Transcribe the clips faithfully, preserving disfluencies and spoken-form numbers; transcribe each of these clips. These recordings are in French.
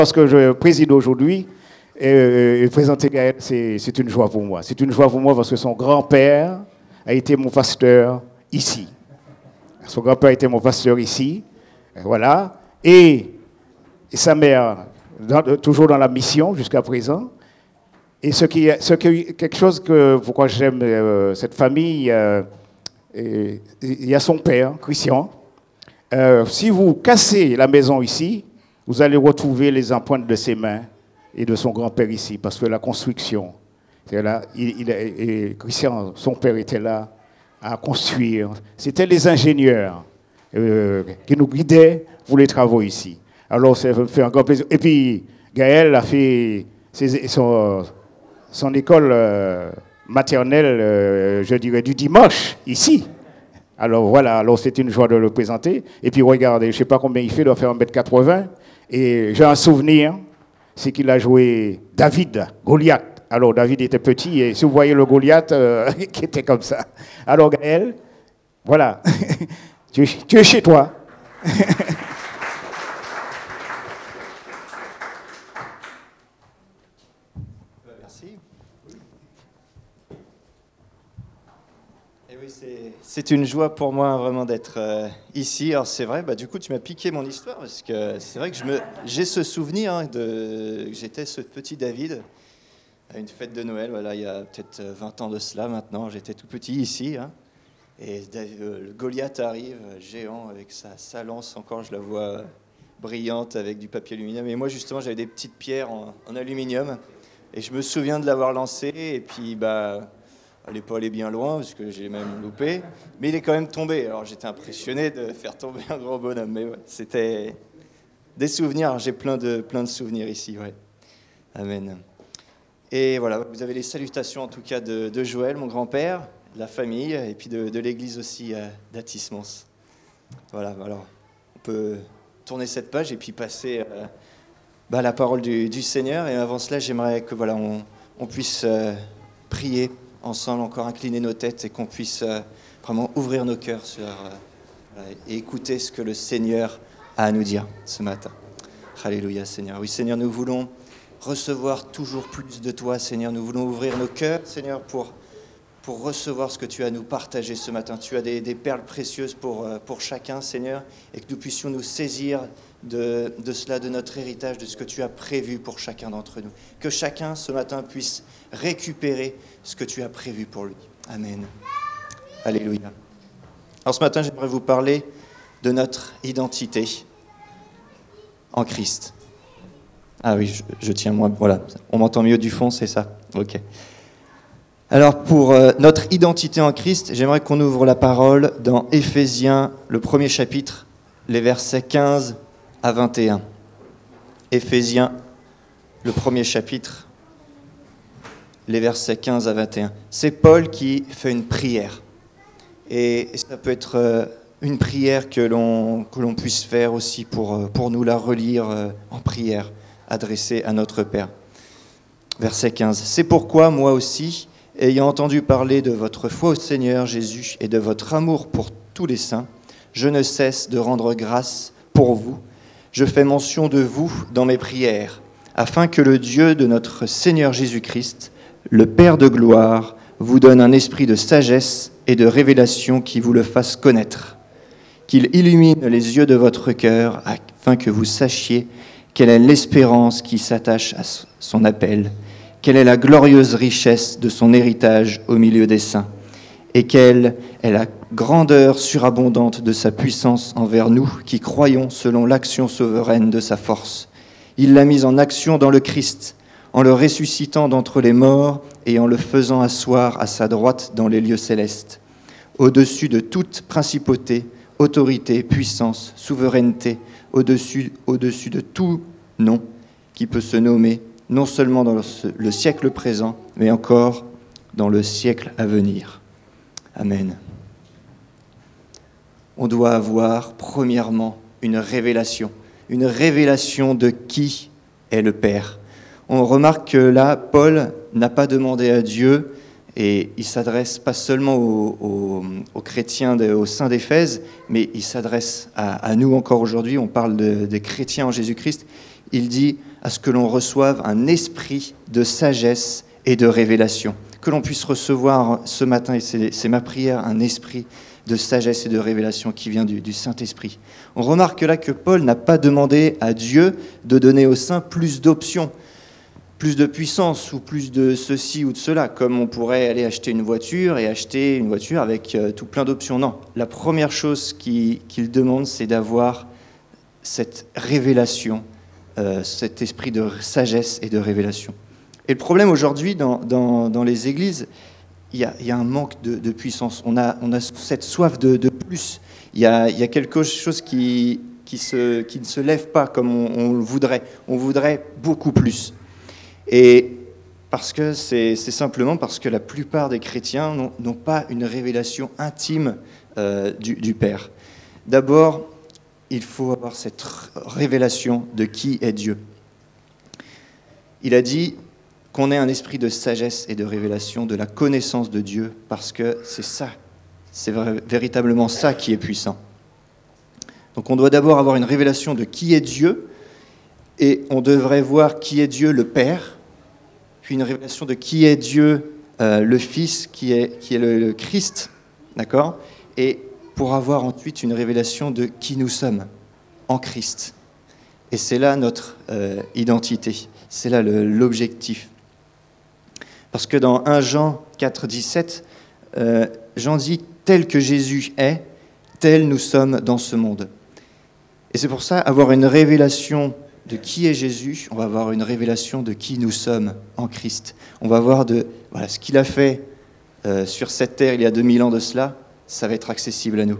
Parce que je préside aujourd'hui, et, et présenter Gaël, c'est, c'est une joie pour moi. C'est une joie pour moi parce que son grand-père a été mon pasteur ici. Son grand-père a été mon pasteur ici, voilà. Et, et sa mère, dans, toujours dans la mission jusqu'à présent. Et ce qui, ce qui, quelque chose que, pourquoi j'aime euh, cette famille, euh, il y a son père, Christian. Euh, si vous cassez la maison ici, vous allez retrouver les empreintes de ses mains et de son grand-père ici, parce que la construction, c'est là, il, il, et Christian, son père était là à construire. C'était les ingénieurs euh, qui nous guidaient pour les travaux ici. Alors, ça me fait un grand plaisir. Et puis, Gaël a fait ses, son, son école euh, maternelle, euh, je dirais, du dimanche, ici. Alors, voilà, alors c'est une joie de le présenter. Et puis, regardez, je ne sais pas combien il fait, il doit faire un mètre quatre-vingts. Et j'ai un souvenir, c'est qu'il a joué David, Goliath. Alors, David était petit, et si vous voyez le Goliath, euh, qui était comme ça. Alors, Gaël, voilà, tu, tu es chez toi. Merci. Et oui, c'est, c'est une joie pour moi vraiment d'être euh, ici. Alors, c'est vrai, bah, du coup, tu m'as piqué mon histoire, parce que c'est vrai que je me, j'ai ce souvenir hein, de j'étais ce petit David à une fête de Noël, voilà, il y a peut-être vingt ans de cela maintenant, j'étais tout petit ici, hein, et le Goliath arrive, géant, avec sa, sa lance, encore je la vois brillante, avec du papier aluminium, et moi justement j'avais des petites pierres en, en aluminium, et je me souviens de l'avoir lancé, et puis bah, elle n'est pas allée bien loin, parce que j'ai même loupé, mais il est quand même tombé, alors j'étais impressionné de faire tomber un gros bonhomme, mais ouais, c'était des souvenirs, j'ai plein de, plein de souvenirs ici, ouais. Amen. Et voilà, vous avez les salutations en tout cas de, de Joël, mon grand-père, de la famille, et puis de, de l'église aussi euh, d'Athis-Mons. Voilà, alors on peut tourner cette page et puis passer euh, bah, à la parole du, du Seigneur. Et avant cela, j'aimerais que voilà, on, on puisse euh, prier ensemble, encore incliner nos têtes et qu'on puisse euh, vraiment ouvrir nos cœurs sur, euh, voilà, et écouter ce que le Seigneur a à nous dire ce matin. Alléluia, Seigneur. Oui, Seigneur, nous voulons recevoir toujours plus de toi, Seigneur. Nous voulons ouvrir nos cœurs, Seigneur, pour, pour recevoir ce que tu as à nous partager ce matin. Tu as des, des perles précieuses pour, pour chacun, Seigneur, et que nous puissions nous saisir de, de cela, de notre héritage, de ce que tu as prévu pour chacun d'entre nous. Que chacun, ce matin, puisse récupérer ce que tu as prévu pour lui. Amen. Alléluia. Alors ce matin, j'aimerais vous parler de notre identité en Christ. Ah oui, je, je tiens moi, voilà, on m'entend mieux du fond, c'est ça. Ok. Alors pour euh, notre identité en Christ, j'aimerais qu'on ouvre la parole dans Éphésiens, le premier chapitre, les versets quinze à vingt et un. Éphésiens, le premier chapitre, les versets quinze à vingt et un. C'est Paul qui fait une prière. Et, et ça peut être euh, une prière que l'on, que l'on puisse faire aussi pour, euh, pour nous la relire euh, en prière, adressé à notre Père. Verset quinze. « C'est pourquoi, moi aussi, ayant entendu parler de votre foi au Seigneur Jésus et de votre amour pour tous les saints, je ne cesse de rendre grâce pour vous. Je fais mention de vous dans mes prières, afin que le Dieu de notre Seigneur Jésus-Christ, le Père de gloire, vous donne un esprit de sagesse et de révélation qui vous le fasse connaître, qu'il illumine les yeux de votre cœur, afin que vous sachiez quelle est l'espérance qui s'attache à son appel, quelle est la glorieuse richesse de son héritage au milieu des saints, et quelle est la grandeur surabondante de sa puissance envers nous qui croyons selon l'action souveraine de sa force. Il l'a mise en action dans le Christ, en le ressuscitant d'entre les morts et en le faisant asseoir à sa droite dans les lieux célestes, au-dessus de toute principauté, autorité, puissance, souveraineté, au-dessus, au-dessus de tout nom qui peut se nommer, non seulement dans le siècle présent, mais encore dans le siècle à venir. Amen. On doit avoir, premièrement, une révélation. Une révélation de qui est le Père. On remarque que là, Paul n'a pas demandé à Dieu, et il ne s'adresse pas seulement aux, aux, aux chrétiens, de, aux saints d'Éphèse, mais il s'adresse à, à nous encore aujourd'hui. On parle de, des chrétiens en Jésus-Christ. il dit à ce que l'on reçoive un esprit de sagesse et de révélation. Que l'on puisse recevoir ce matin, et c'est, c'est ma prière, un esprit de sagesse et de révélation qui vient du, du Saint-Esprit. On remarque là que Paul n'a pas demandé à Dieu de donner aux saints plus d'options, plus de puissance ou plus de ceci ou de cela, comme on pourrait aller acheter une voiture et acheter une voiture avec euh, tout plein d'options. Non, la première chose qui, qu'il demande, c'est d'avoir cette révélation, euh, cet esprit de sagesse et de révélation. Et le problème aujourd'hui dans, dans, dans les églises, il y a, il y a un manque de, de puissance. On a, on a cette soif de, de plus. Il y a, il y a quelque chose qui, qui, se, qui ne se lève pas comme on, on le voudrait. On voudrait beaucoup plus. Et parce que c'est, c'est simplement parce que la plupart des chrétiens n'ont, n'ont pas une révélation intime euh, du, du Père. D'abord, il faut avoir cette révélation de qui est Dieu. Il a dit qu'on ait un esprit de sagesse et de révélation, de la connaissance de Dieu, parce que c'est ça, c'est véritablement ça qui est puissant. Donc on doit d'abord avoir une révélation de qui est Dieu, et on devrait voir qui est Dieu le Père, puis une révélation de qui est Dieu euh, le Fils, qui est, qui est le, le Christ, d'accord ? Et pour avoir ensuite une révélation de qui nous sommes en Christ. Et c'est là notre euh, identité, c'est là le, l'objectif. Parce que dans premier Jean quatre, dix-sept, euh, Jean dit « tel que Jésus est, tel nous sommes dans ce monde ». Et c'est pour ça, avoir une révélation de qui est Jésus, on va avoir une révélation de qui nous sommes en Christ. On va voir de voilà, ce qu'il a fait euh, sur cette terre il y a deux mille ans de cela, ça va être accessible à nous.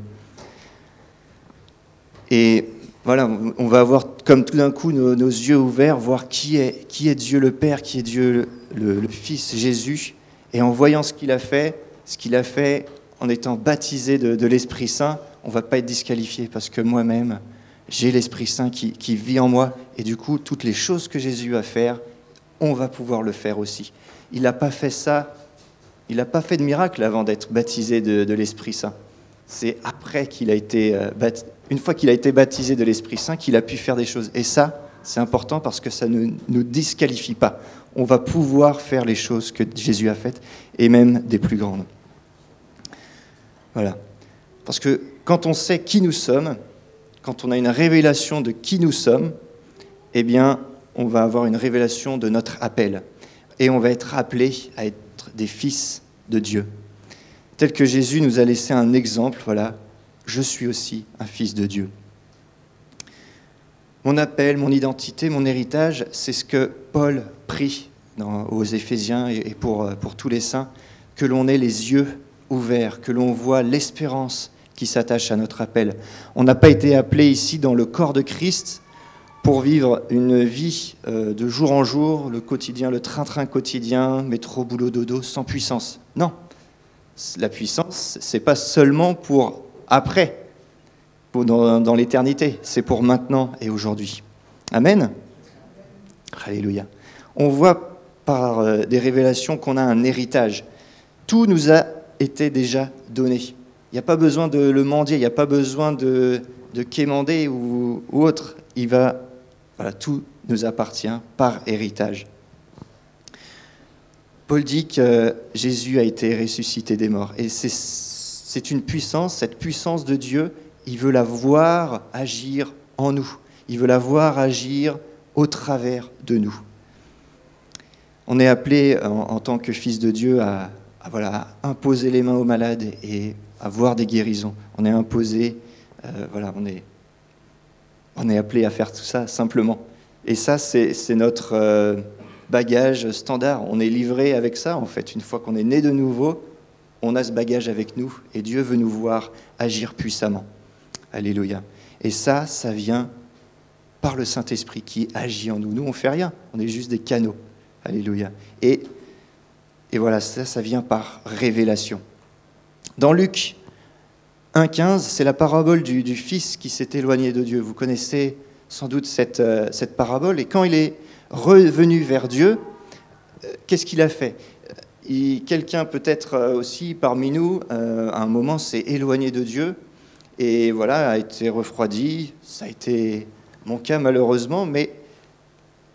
Et voilà, on va avoir comme tout d'un coup nos, nos yeux ouverts, voir qui est, qui est Dieu le Père, qui est Dieu le, le, le Fils Jésus. Et en voyant ce qu'il a fait, ce qu'il a fait en étant baptisé de, de l'Esprit Saint, on ne va pas être disqualifié parce que moi-même, j'ai l'Esprit Saint qui, qui vit en moi. Et du coup, toutes les choses que Jésus a à faire, on va pouvoir le faire aussi. Il n'a pas fait ça, il n'a pas fait de miracle avant d'être baptisé de, de l'Esprit Saint. C'est après qu'il a été baptisé. Une fois qu'il a été baptisé de l'Esprit Saint, qu'il a pu faire des choses. Et ça, c'est important parce que ça ne nous disqualifie pas. On va pouvoir faire les choses que Jésus a faites, et même des plus grandes. Voilà. Parce que quand on sait qui nous sommes, quand on a une révélation de qui nous sommes, eh bien, on va avoir une révélation de notre appel. Et on va être appelé à être des fils de Dieu. Tel que Jésus nous a laissé un exemple, voilà. Je suis aussi un fils de Dieu. Mon appel, mon identité, mon héritage, c'est ce que Paul prie dans, aux Éphésiens et pour, pour tous les saints, que l'on ait les yeux ouverts, que l'on voit l'espérance qui s'attache à notre appel. On n'a pas été appelé ici dans le corps de Christ pour vivre une vie euh, de jour en jour, le quotidien, le train-train quotidien, métro, boulot, dodo, sans puissance. Non, la puissance, c'est pas seulement pour après, dans, dans l'éternité, c'est pour maintenant et aujourd'hui. Amen. Alléluia. On voit par euh, des révélations qu'on a un héritage. Tout nous a été déjà donné. Il n'y a pas besoin de le mendier, il n'y a pas besoin de, de quémander ou, ou autre. Il va, voilà, tout nous appartient par héritage. Paul dit que Jésus a été ressuscité des morts. Et c'est, c'est une puissance, cette puissance de Dieu, il veut la voir agir en nous. Il veut la voir agir au travers de nous. On est appelé en, en tant que fils de Dieu à, à, voilà, à imposer les mains aux malades et à voir des guérisons. On est imposé, euh, voilà, on est, on est appelé à faire tout ça simplement. Et ça, c'est, c'est notre euh, bagage standard. On est livré avec ça, en fait. Une fois qu'on est né de nouveau, on a ce bagage avec nous et Dieu veut nous voir agir puissamment. Alléluia. Et ça, ça vient par le Saint-Esprit qui agit en nous. Nous, on ne fait rien, on est juste des canaux. Alléluia. Et, et voilà, ça, ça vient par révélation. Dans Luc un quinze, c'est la parabole du, du fils qui s'est éloigné de Dieu. Vous connaissez sans doute cette, euh, cette parabole. Et quand il est revenu vers Dieu, euh, qu'est-ce qu'il a fait ? Il, Quelqu'un peut-être aussi parmi nous, euh, à un moment, s'est éloigné de Dieu et voilà, a été refroidi. Ça a été mon cas malheureusement, mais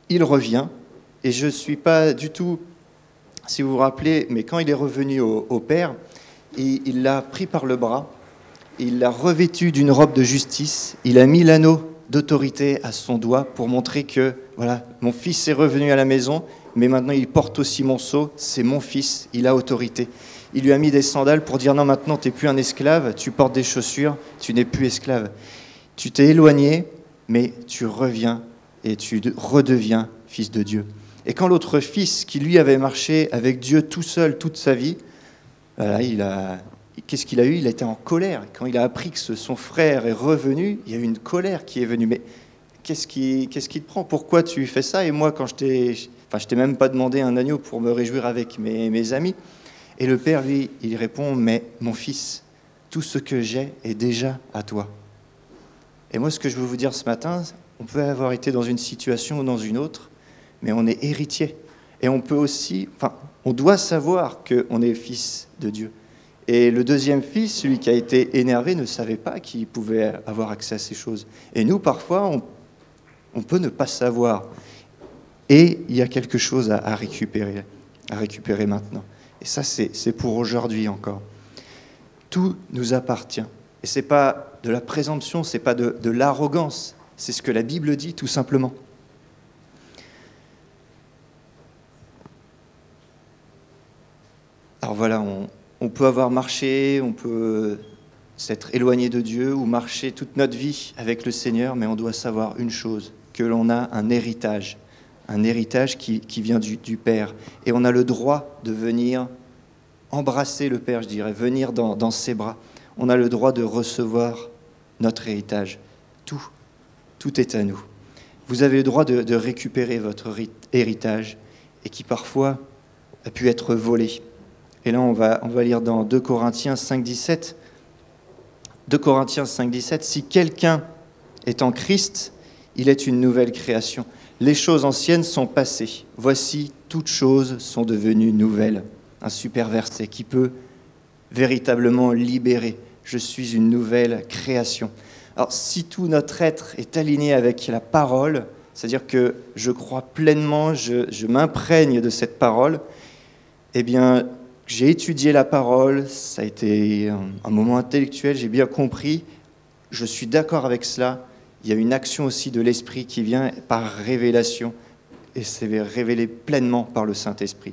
il revient, et je ne suis pas du tout, si vous vous rappelez, mais quand il est revenu au, au Père, il, il l'a pris par le bras, il l'a revêtu d'une robe de justice, il a mis l'anneau d'autorité à son doigt pour montrer que, voilà, mon fils est revenu à la maison, mais maintenant il porte aussi mon sceau, c'est mon fils, il a autorité. Il lui a mis des sandales pour dire non, maintenant tu n'es plus un esclave, tu portes des chaussures, tu n'es plus esclave. Tu t'es éloigné, mais tu reviens et tu redeviens fils de Dieu. Et quand l'autre fils, qui lui avait marché avec Dieu tout seul toute sa vie, voilà, il a, qu'est-ce qu'il a eu ? Il a été en colère. Quand il a appris que son frère est revenu, il y a eu une colère qui est venue. Mais qu'est-ce qui, qu'est-ce qui te prend ? Pourquoi tu fais ça ? Et moi, quand je t'ai, enfin, je t'ai même pas demandé un agneau pour me réjouir avec mes, mes amis. Et le père, lui, il répond, mais mon fils, tout ce que j'ai est déjà à toi. Et moi, ce que je veux vous dire ce matin, on peut avoir été dans une situation ou dans une autre, mais on est héritier. Et on peut aussi, enfin, on doit savoir qu'on est fils de Dieu. Et le deuxième fils, celui qui a été énervé, ne savait pas qu'il pouvait avoir accès à ces choses. Et nous, parfois, on, on peut ne pas savoir. Et il y a quelque chose à, à récupérer, à récupérer maintenant. Et ça, c'est, c'est pour aujourd'hui encore. Tout nous appartient. Et ce n'est pas de la présomption, ce n'est pas de, de l'arrogance. C'est ce que la Bible dit, tout simplement. Alors voilà, on, on peut avoir marché, on peut s'être éloigné de Dieu ou marcher toute notre vie avec le Seigneur, mais on doit savoir une chose, que l'on a un héritage. Un héritage qui, qui vient du, du Père. Et on a le droit de venir embrasser le Père, je dirais, venir dans, dans ses bras. On a le droit de recevoir notre héritage. Tout, tout est à nous. Vous avez le droit de, de récupérer votre héritage et qui parfois a pu être volé. Et là, on va, on va lire dans deux Corinthiens cinq, dix-sept. deux Corinthiens cinq, dix-sept. Si quelqu'un est en Christ, il est une nouvelle création. Les choses anciennes sont passées. Voici, toutes choses sont devenues nouvelles. Un super verset qui peut véritablement libérer. Je suis une nouvelle création. Alors, si tout notre être est aligné avec la parole, c'est-à-dire que je crois pleinement, je, je m'imprègne de cette parole, eh bien, j'ai étudié la parole, ça a été un, un moment intellectuel, j'ai bien compris, je suis d'accord avec cela. Il y a une action aussi de l'Esprit qui vient par révélation, et c'est révélé pleinement par le Saint-Esprit.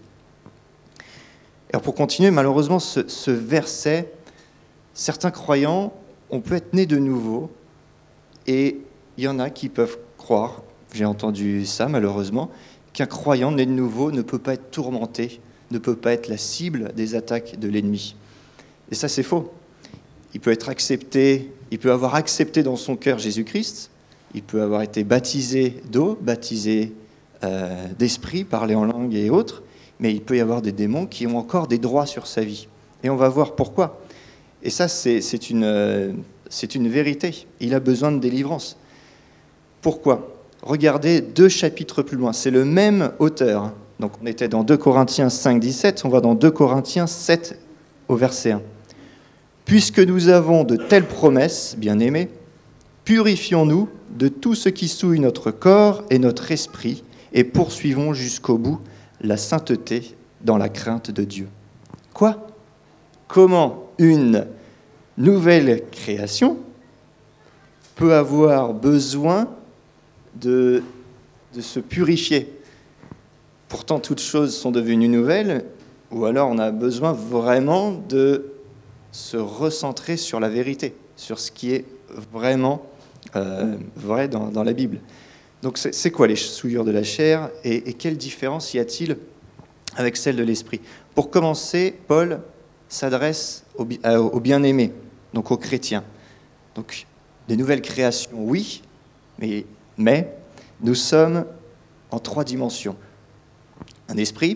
Alors pour continuer, malheureusement, ce, ce verset, certains croyants, on peut être né de nouveau, et il y en a qui peuvent croire, j'ai entendu ça malheureusement, qu'un croyant né de nouveau ne peut pas être tourmenté, ne peut pas être la cible des attaques de l'ennemi. Et ça, c'est faux. Il peut être accepté, il peut avoir accepté dans son cœur Jésus-Christ, il peut avoir été baptisé d'eau, baptisé euh, d'esprit, parlé en langue et autres, mais il peut y avoir des démons qui ont encore des droits sur sa vie. Et on va voir pourquoi. Et ça, c'est, c'est, une, euh, c'est une vérité. Il a besoin de délivrance. Pourquoi ? Regardez deux chapitres plus loin. C'est le même auteur. Donc on était dans deux Corinthiens cinq, dix-sept, on va dans deux Corinthiens sept au verset un. Puisque nous avons de telles promesses, bien-aimés, purifions-nous de tout ce qui souille notre corps et notre esprit et poursuivons jusqu'au bout la sainteté dans la crainte de Dieu. Quoi ? Comment une nouvelle création peut avoir besoin de, de se purifier ? Pourtant, toutes choses sont devenues nouvelles, ou alors on a besoin vraiment de se recentrer sur la vérité, sur ce qui est vraiment euh, vrai dans, dans la Bible. Donc c'est, c'est quoi les souillures de la chair et, et quelle différence y a-t-il avec celle de l'esprit ? Pour commencer, Paul s'adresse aux, aux bien-aimés, donc aux chrétiens. Donc des nouvelles créations, oui, mais, mais nous sommes en trois dimensions. Un esprit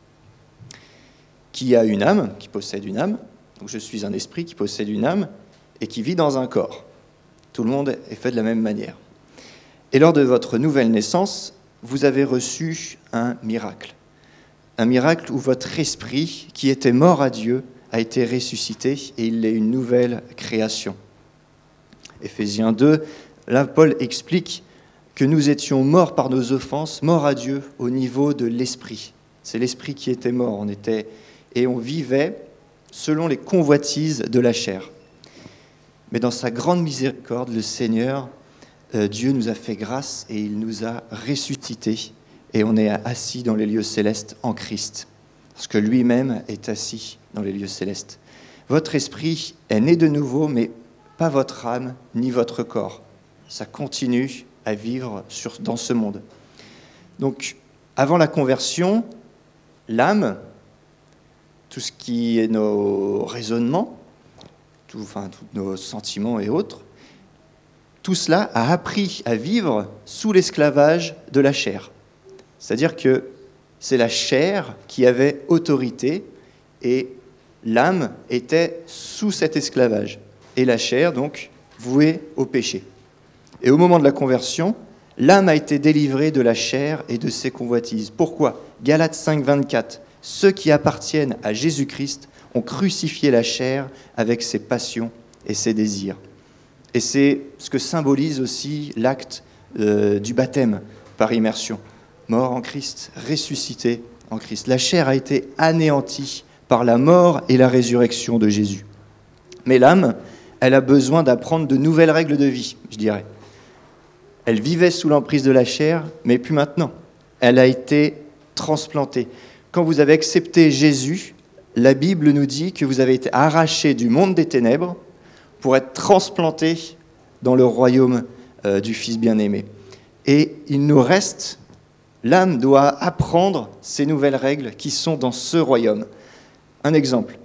qui a une âme, qui possède une âme. Donc je suis un esprit qui possède une âme et qui vit dans un corps. Tout le monde est fait de la même manière. Et lors de votre nouvelle naissance, vous avez reçu un miracle. Un miracle où votre esprit, qui était mort à Dieu, a été ressuscité et il est une nouvelle création. Éphésiens deux, là Paul explique que nous étions morts par nos offenses, morts à Dieu au niveau de l'esprit. C'est l'esprit qui était mort, on était, et on vivait selon les convoitises de la chair. Mais dans sa grande miséricorde, le Seigneur, euh, Dieu nous a fait grâce et il nous a ressuscités. Et on est assis dans les lieux célestes en Christ, parce que lui-même est assis dans les lieux célestes. Votre esprit est né de nouveau, mais pas votre âme ni votre corps. Ça continue à vivre sur, dans ce monde. Donc, avant la conversion, l'âme, tout ce qui est nos raisonnements, tout, enfin, tous nos sentiments et autres, tout cela a appris à vivre sous l'esclavage de la chair. C'est-à-dire que c'est la chair qui avait autorité et l'âme était sous cet esclavage. Et la chair, donc, vouée au péché. Et au moment de la conversion, l'âme a été délivrée de la chair et de ses convoitises. Pourquoi ? Galates cinq, vingt-quatre. Ceux qui appartiennent à Jésus-Christ ont crucifié la chair avec ses passions et ses désirs. Et c'est ce que symbolise aussi l'acte euh, du baptême par immersion. Mort en Christ, ressuscité en Christ. La chair a été anéantie par la mort et la résurrection de Jésus. Mais l'âme, elle a besoin d'apprendre de nouvelles règles de vie, je dirais. Elle vivait sous l'emprise de la chair, mais plus maintenant. Elle a été transplantée. Quand vous avez accepté Jésus, la Bible nous dit que vous avez été arraché du monde des ténèbres pour être transplanté dans le royaume euh, du Fils bien-aimé. Et il nous reste, l'âme doit apprendre ces nouvelles règles qui sont dans ce royaume. Un exemple.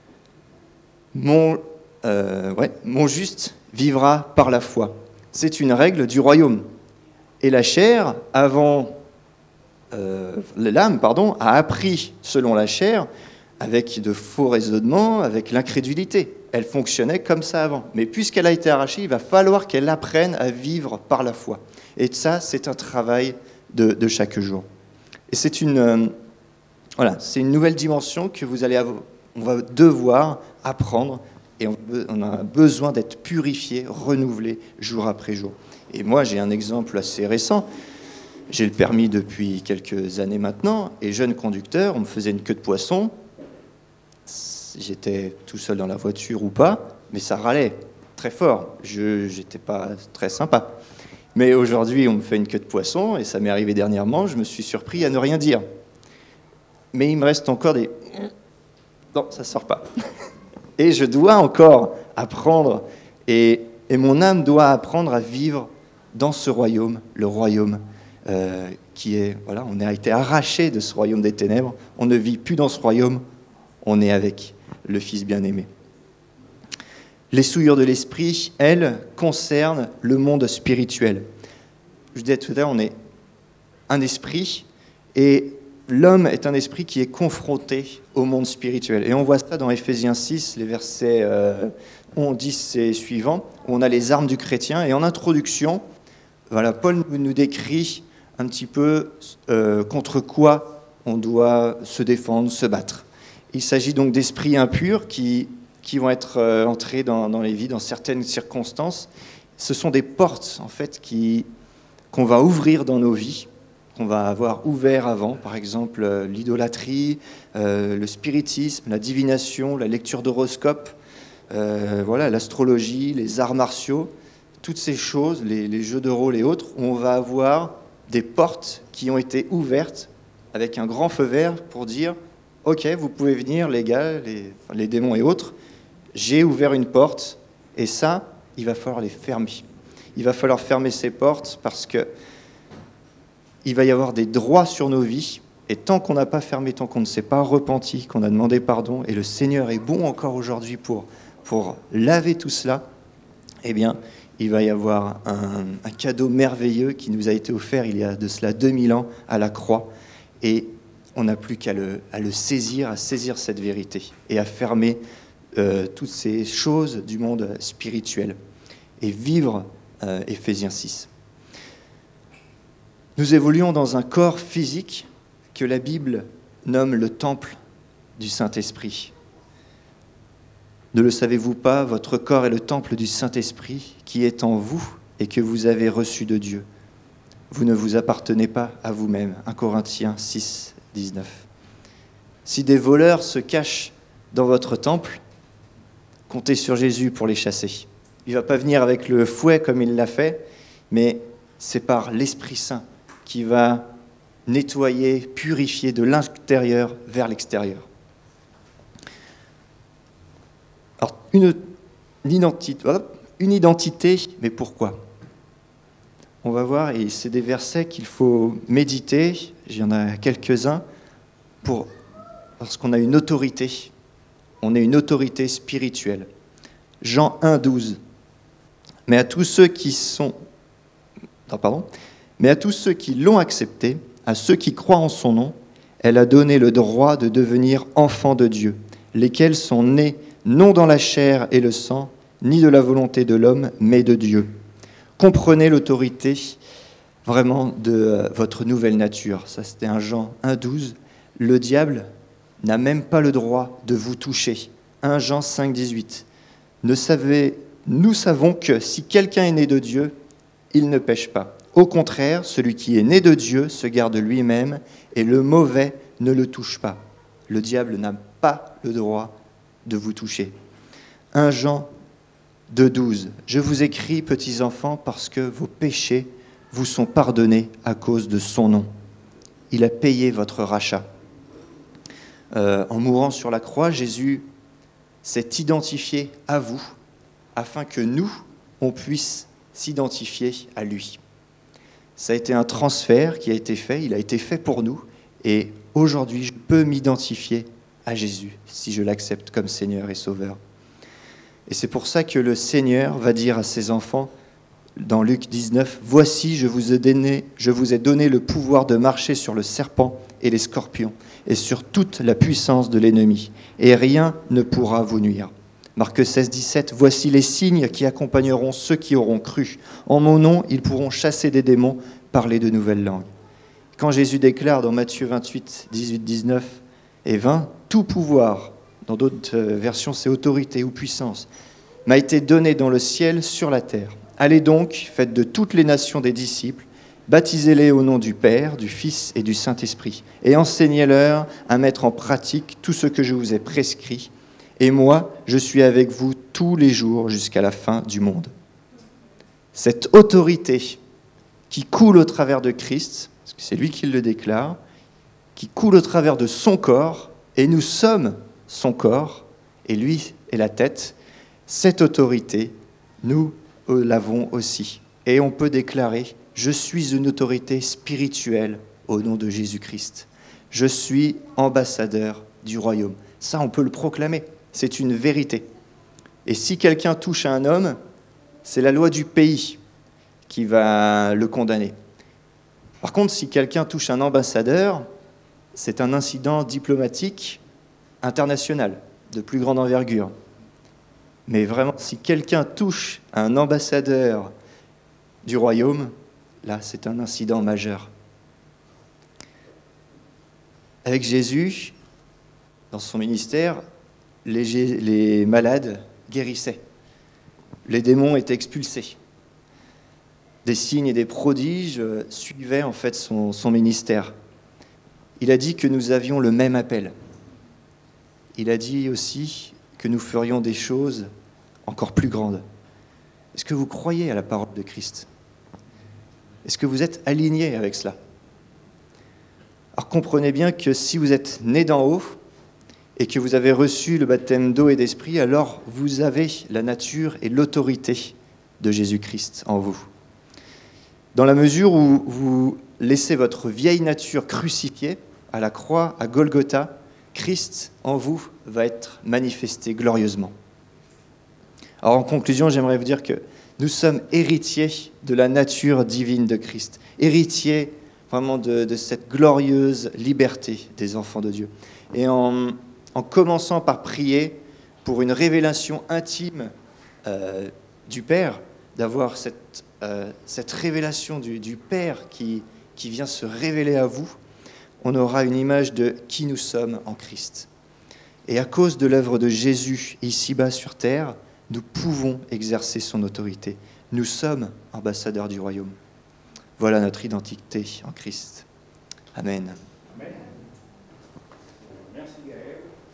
Mon, euh, ouais, mon juste vivra par la foi. C'est une règle du royaume. Et la chair, avant, euh, l'âme, pardon, a appris selon la chair, avec de faux raisonnements, avec l'incrédulité. Elle fonctionnait comme ça avant. Mais puisqu'elle a été arrachée, il va falloir qu'elle apprenne à vivre par la foi. Et ça, c'est un travail de, de chaque jour. Et c'est une, euh, voilà, c'est une nouvelle dimension que vous allez avoir, on va devoir apprendre. Et on, on a besoin d'être purifié, renouvelé jour après jour. Et moi, j'ai un exemple assez récent. J'ai le permis depuis quelques années maintenant, et jeune conducteur, on me faisait une queue de poisson. J'étais tout seul dans la voiture ou pas, mais ça râlait très fort. Je n'étais pas très sympa. Mais aujourd'hui, on me fait une queue de poisson, et ça m'est arrivé dernièrement, je me suis surpris à ne rien dire. Mais il me reste encore des... Non, ça ne sort pas. Et je dois encore apprendre, et, et mon âme doit apprendre à vivre dans ce royaume, le royaume euh, qui est, voilà, on a été arraché de ce royaume des ténèbres, on ne vit plus dans ce royaume, on est avec le Fils bien-aimé. Les souillures de l'esprit, elles, concernent le monde spirituel. Je disais tout à l'heure, on est un esprit, et l'homme est un esprit qui est confronté au monde spirituel. Et on voit ça dans Éphésiens six, les versets euh, onze, dix et suivants, où on a les armes du chrétien. Et en introduction, voilà, Paul nous décrit un petit peu euh, contre quoi on doit se défendre, se battre. Il s'agit donc d'esprits impurs qui, qui vont être euh, entrés dans, dans les vies dans certaines circonstances. Ce sont des portes, en fait, qui, qu'on va ouvrir dans nos vies, qu'on va avoir ouvert avant, par exemple euh, l'idolâtrie, euh, le spiritisme, la divination, la lecture d'horoscope, euh, voilà, l'astrologie, les arts martiaux, toutes ces choses, les, les jeux de rôle et autres, où on va avoir des portes qui ont été ouvertes avec un grand feu vert pour dire « Ok, vous pouvez venir, les gars, les, enfin, les démons et autres, j'ai ouvert une porte, et ça, il va falloir les fermer. Il va falloir fermer ces portes parce que il va y avoir des droits sur nos vies, et tant qu'on n'a pas fermé, tant qu'on ne s'est pas repenti, qu'on a demandé pardon, et le Seigneur est bon encore aujourd'hui pour, pour laver tout cela, eh bien, il va y avoir un, un cadeau merveilleux qui nous a été offert il y a de cela deux mille ans à la croix, et on n'a plus qu'à le, à le saisir, à saisir cette vérité, et à fermer euh, toutes ces choses du monde spirituel, et vivre euh, Éphésiens six. Nous évoluons dans un corps physique que la Bible nomme le temple du Saint-Esprit. Ne le savez-vous pas, votre corps est le temple du Saint-Esprit qui est en vous et que vous avez reçu de Dieu. vous ne vous appartenez pas à vous-même. un Corinthiens six, dix-neuf. Si des voleurs se cachent dans votre temple, comptez sur Jésus pour les chasser. Il ne va pas venir avec le fouet comme il l'a fait, mais c'est par l'Esprit Saint qui va nettoyer, purifier de l'intérieur vers l'extérieur. Alors, une, une, identité, une identité, mais pourquoi ? On va voir, et c'est des versets qu'il faut méditer, il y en a quelques-uns, pour, parce qu'on a une autorité, on est une autorité spirituelle. Jean un, douze. Mais à tous ceux qui sont... Non, pardon. Mais à tous ceux qui l'ont accepté, à ceux qui croient en son nom, elle a donné le droit de devenir enfants de Dieu, lesquels sont nés non dans la chair et le sang, ni de la volonté de l'homme, mais de Dieu. Comprenez l'autorité vraiment de votre nouvelle nature. Ça, c'était un Jean un, douze. Le diable n'a même pas le droit de vous toucher. un Jean cinq, dix-huit. Ne savez, nous savons que si quelqu'un est né de Dieu, il ne pêche pas. Au contraire, celui qui est né de Dieu se garde lui-même et le mauvais ne le touche pas. Le diable n'a pas le droit de vous toucher. un Jean deux, douze. Je vous écris, petits enfants, parce que vos péchés vous sont pardonnés à cause de son nom. Il a payé votre rachat. Euh, en mourant sur la croix, Jésus s'est identifié à vous afin que nous, on puisse s'identifier à lui. Ça a été un transfert qui a été fait, il a été fait pour nous, et aujourd'hui, je peux m'identifier à Jésus si je l'accepte comme Seigneur et Sauveur. Et c'est pour ça que le Seigneur va dire à ses enfants, dans Luc dix-neuf, « Voici, je vous ai donné, je vous ai donné le pouvoir de marcher sur le serpent et les scorpions, et sur toute la puissance de l'ennemi, et rien ne pourra vous nuire. » Marc seize, dix-sept, « Voici les signes qui accompagneront ceux qui auront cru. En mon nom, ils pourront chasser des démons, parler de nouvelles langues. » Quand Jésus déclare dans Matthieu vingt-huit, dix-huit, dix-neuf et vingt, « Tout pouvoir », dans d'autres versions c'est autorité ou puissance, « m'a été donné dans le ciel, sur la terre. Allez donc, faites de toutes les nations des disciples, baptisez-les au nom du Père, du Fils et du Saint-Esprit, et enseignez-leur à mettre en pratique tout ce que je vous ai prescrit. Et moi, je suis avec vous tous les jours jusqu'à la fin du monde. » Cette autorité qui coule au travers de Christ, parce que c'est lui qui le déclare, qui coule au travers de son corps, et nous sommes son corps, et lui est la tête, cette autorité, nous l'avons aussi. Et on peut déclarer, je suis une autorité spirituelle au nom de Jésus-Christ. Je suis ambassadeur du royaume. Ça, on peut le proclamer. C'est une vérité. Et si quelqu'un touche à un homme, c'est la loi du pays qui va le condamner. Par contre, si quelqu'un touche un ambassadeur, c'est un incident diplomatique international de plus grande envergure. Mais vraiment, si quelqu'un touche un ambassadeur du royaume, là, c'est un incident majeur. Avec Jésus, dans son ministère, les, les malades guérissaient. Les démons étaient expulsés. Des signes et des prodiges suivaient en fait son, son ministère. Il a dit que nous avions le même appel. Il a dit aussi que nous ferions des choses encore plus grandes. Est-ce que vous croyez à la parole de Christ ? Est-ce que vous êtes aligné avec cela ? Alors comprenez bien que si vous êtes né d'en haut et que vous avez reçu le baptême d'eau et d'esprit, alors vous avez la nature et l'autorité de Jésus-Christ en vous. Dans la mesure où vous laissez votre vieille nature crucifiée à la croix, à Golgotha, Christ en vous va être manifesté glorieusement. Alors en conclusion, j'aimerais vous dire que nous sommes héritiers de la nature divine de Christ, héritiers vraiment de, de cette glorieuse liberté des enfants de Dieu. Et en, en commençant par prier pour une révélation intime euh, du Père, d'avoir cette, euh, cette révélation du, du Père qui, qui vient se révéler à vous, on aura une image de qui nous sommes en Christ. Et à cause de l'œuvre de Jésus ici-bas sur terre, nous pouvons exercer son autorité. Nous sommes ambassadeurs du royaume. Voilà notre identité en Christ. Amen. Amen. Merci Gaël.